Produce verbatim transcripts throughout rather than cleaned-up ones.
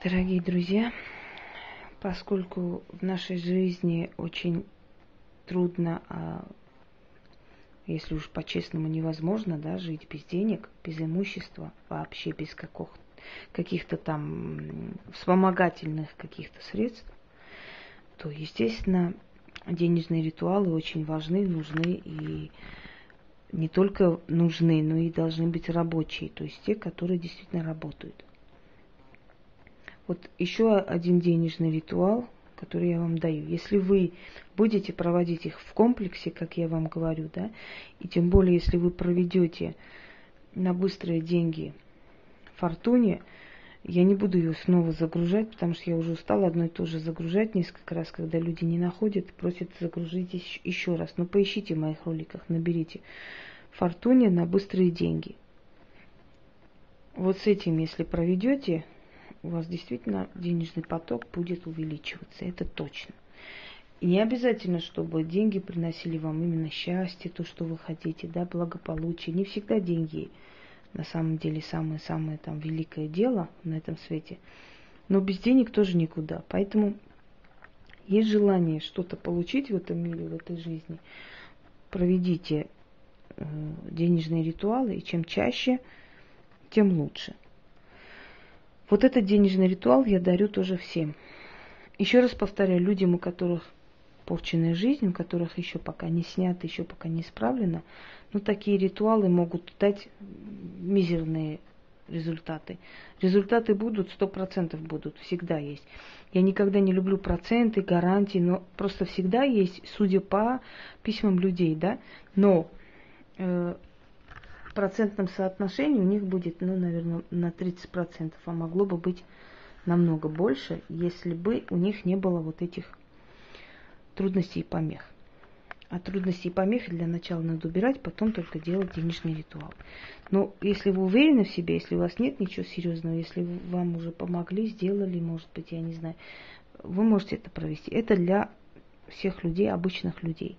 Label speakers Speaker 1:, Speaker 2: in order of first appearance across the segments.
Speaker 1: Дорогие друзья, поскольку в нашей жизни очень трудно, а если уж по-честному невозможно, да, жить без денег, без имущества, вообще без каких- каких-то там вспомогательных каких-то средств, то, естественно, денежные ритуалы очень важны, нужны и не только нужны, но и должны быть рабочие, то есть те, которые действительно работают. Вот еще один денежный ритуал, который я вам даю. Если вы будете проводить их в комплексе, как я вам говорю, да, и тем более, если вы проведете на быстрые деньги фортуне, я не буду ее снова загружать, потому что я уже устала одно и то же загружать несколько раз, когда люди не находят, просят загрузить еще раз. Но поищите в моих роликах, наберите фортуне на быстрые деньги. Вот с этим, если проведете, у вас действительно денежный поток будет увеличиваться, это точно. И не обязательно, чтобы деньги приносили вам именно счастье, то, что вы хотите, да, благополучие. Не всегда деньги на самом деле самое-самое там великое дело на этом свете. Но без денег тоже никуда. Поэтому есть желание что-то получить в этом мире, в этой жизни. Проведите э, денежные ритуалы, и чем чаще, тем лучше. Вот этот денежный ритуал я дарю тоже всем. Еще раз повторяю, людям, у которых порченная жизнь, у которых еще пока не снято, еще пока не исправлено, ну, такие ритуалы могут дать мизерные результаты. Результаты будут, сто процентов будут, всегда есть. Я никогда не люблю проценты, гарантии, но просто всегда есть, судя по письмам людей, да, но э, в процентном соотношении у них будет, ну, наверное, на тридцать процентов, а могло бы быть намного больше, если бы у них не было вот этих трудностей и помех. А трудности и помехи для начала надо убирать, потом только делать денежный ритуал. Но если вы уверены в себе, если у вас нет ничего серьезного, если вам уже помогли, сделали, может быть, я не знаю, вы можете это провести. Это для всех людей, обычных людей.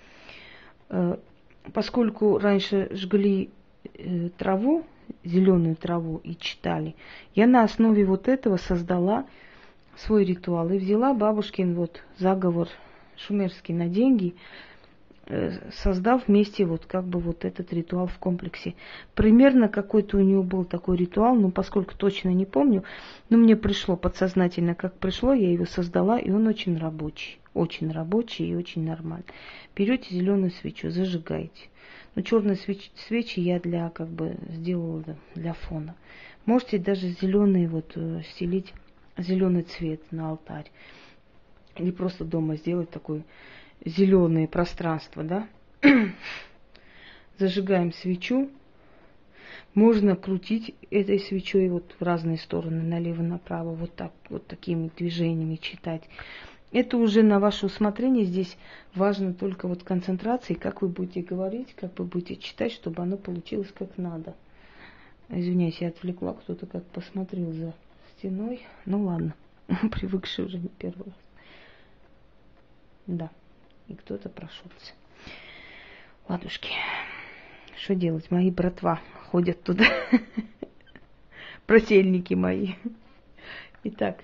Speaker 1: Поскольку раньше жгли траву, зеленую траву и читали, я на основе вот этого создала свой ритуал и взяла бабушкин вот заговор шумерский на деньги, создав вместе вот как бы вот этот ритуал в комплексе. Примерно какой-то у него был такой ритуал, но поскольку точно не помню, но мне пришло подсознательно, как пришло, я его создала, и он очень рабочий. Очень рабочий и очень нормальный. Берете зеленую свечу, зажигаете. Ну, черные свечи, свечи я для, как бы, сделала для фона. Можете даже зеленый вот стелить, зеленый цвет на алтарь. Или просто дома сделать такое зеленое пространство, да? Зажигаем свечу. Можно крутить этой свечой вот в разные стороны, налево-направо, вот так, вот такими движениями читать. Это уже на ваше усмотрение. Здесь важно только вот концентрация, как вы будете говорить, как вы будете читать, чтобы оно получилось как надо. Извиняюсь, я отвлекла, кто-то как посмотрел за стеной. Ну ладно, привыкший уже не первый раз. Да, и кто-то прошелся. Ладушки, что делать? Мои братва ходят туда. Брательники мои. Итак.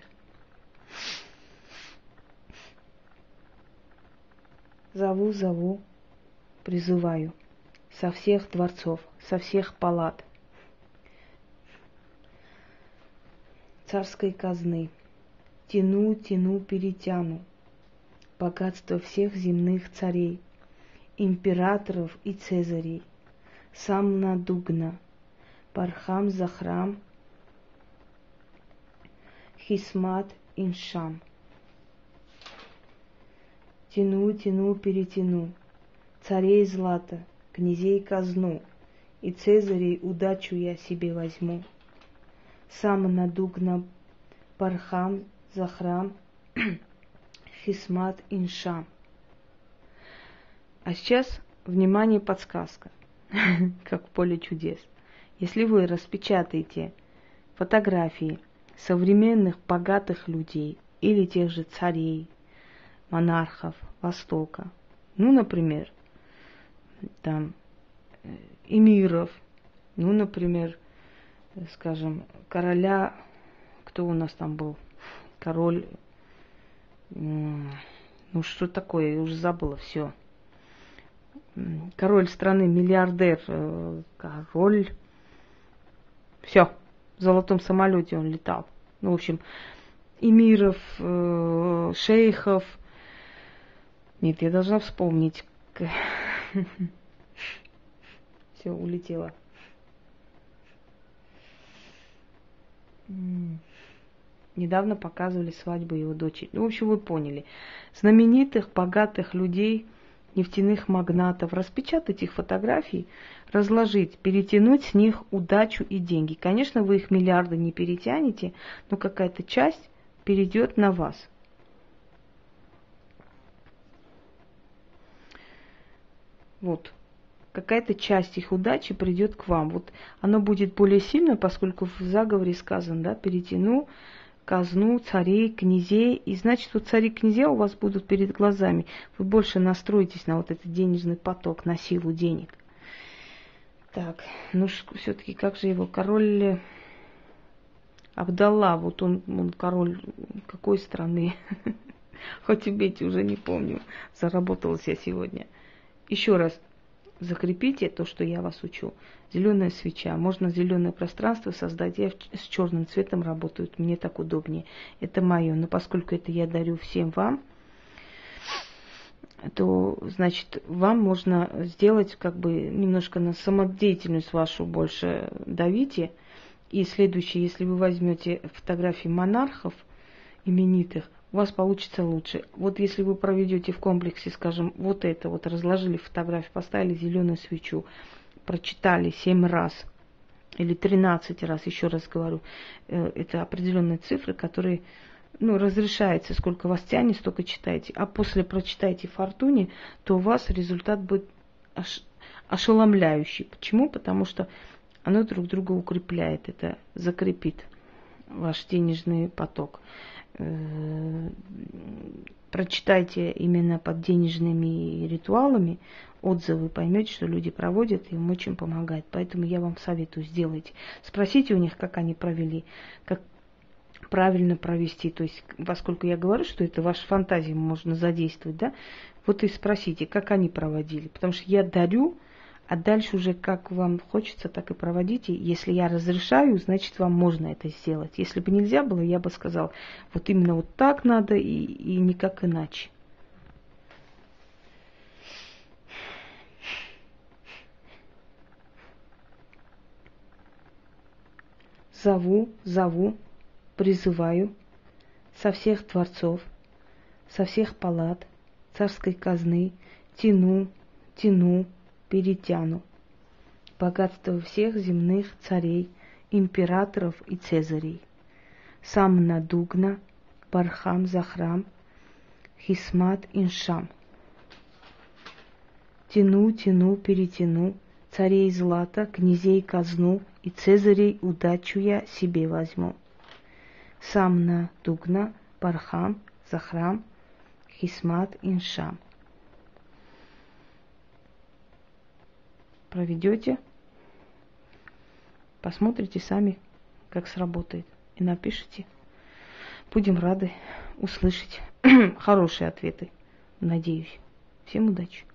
Speaker 1: Зову, зову, призываю со всех дворцов, со всех палат царской казны. Тяну, тяну, перетяну богатство всех земных царей, императоров и цезарей, сам на дугна, Пархам Захрам, Хисмат Иншам. Тяну, тяну, перетяну царей злато, князей казну, и цезарей удачу я себе возьму. Сам на дугна, Пархам Захрам, Хисмат Иншам. А сейчас, внимание, подсказка, как в поле чудес. Если вы распечатаете фотографии современных богатых людей или тех же царей, монархов Востока, ну, например, там, эмиров, ну, например, скажем, короля, кто у нас там был? Король. Ну что такое, я уже забыла все. Король страны, миллиардер, король. Все, в золотом самолете он летал. Ну, в общем, эмиров, шейхов. Нет, я должна вспомнить. Все, улетело. Недавно показывали свадьбу его дочери. Ну, в общем, вы поняли. Знаменитых, богатых людей, нефтяных магнатов, распечатать их фотографии, разложить, перетянуть с них удачу и деньги. Конечно, вы их миллиарды не перетянете, но какая-то часть перейдет на вас. Вот. Какая-то часть их удачи придет к вам. Вот оно будет более сильно, поскольку в заговоре сказано, да, перетяну казну царей, князей. И значит, вот цари, князья у вас будут перед глазами. Вы больше настроитесь на вот этот денежный поток, на силу денег. Так, ну все-таки как же его король Абдалла, вот он, он король какой страны? Хоть убейте, уже не помню. Заработалась я сегодня. Еще раз закрепите то, что я вас учу. Зеленая свеча. Можно зеленое пространство создать. Я с черным цветом работаю. Мне так удобнее. Это мое. Но поскольку это я дарю всем вам, то, значит, вам можно сделать как бы немножко на самодеятельность вашу больше давите. И следующее, если вы возьмете фотографии монархов именитых, у вас получится лучше. Вот если вы проведете в комплексе, скажем, вот это вот, разложили фотографии, поставили зеленую свечу, прочитали семь раз или тринадцать раз, еще раз говорю, это определенные цифры, которые, ну, разрешается, сколько вас тянет, столько читайте. А после прочитайте фортуне, то у вас результат будет аш- ошеломляющий. Почему? Потому что оно друг друга укрепляет, это закрепит ваш денежный поток. Прочитайте именно под денежными ритуалами отзывы, поймете, что люди проводят, и им очень помогает. Поэтому я вам советую, сделайте. Спросите у них, как они провели, как правильно провести. То есть, поскольку я говорю, что это ваши фантазии можно задействовать, да, вот и спросите, как они проводили. Потому что я дарю, а дальше уже как вам хочется, так и проводите. Если я разрешаю, значит, вам можно это сделать. Если бы нельзя было, я бы сказал, вот именно вот так надо и, и никак иначе. Зову, зову, призываю со всех дворцов, со всех палат царской казны, тяну, тяну, перетяну богатство всех земных царей, императоров и цезарей. Сам Надугна, Бархам, Захрам, Хисмат, Иншам. Тяну, тяну, перетяну царей злата, князей казну и цезарей удачу я себе возьму. Сам Надугна, Бархам, Захрам, Хисмат, Иншам. Проведете, посмотрите сами, как сработает, и напишите. Будем рады услышать хорошие ответы, надеюсь. Всем удачи!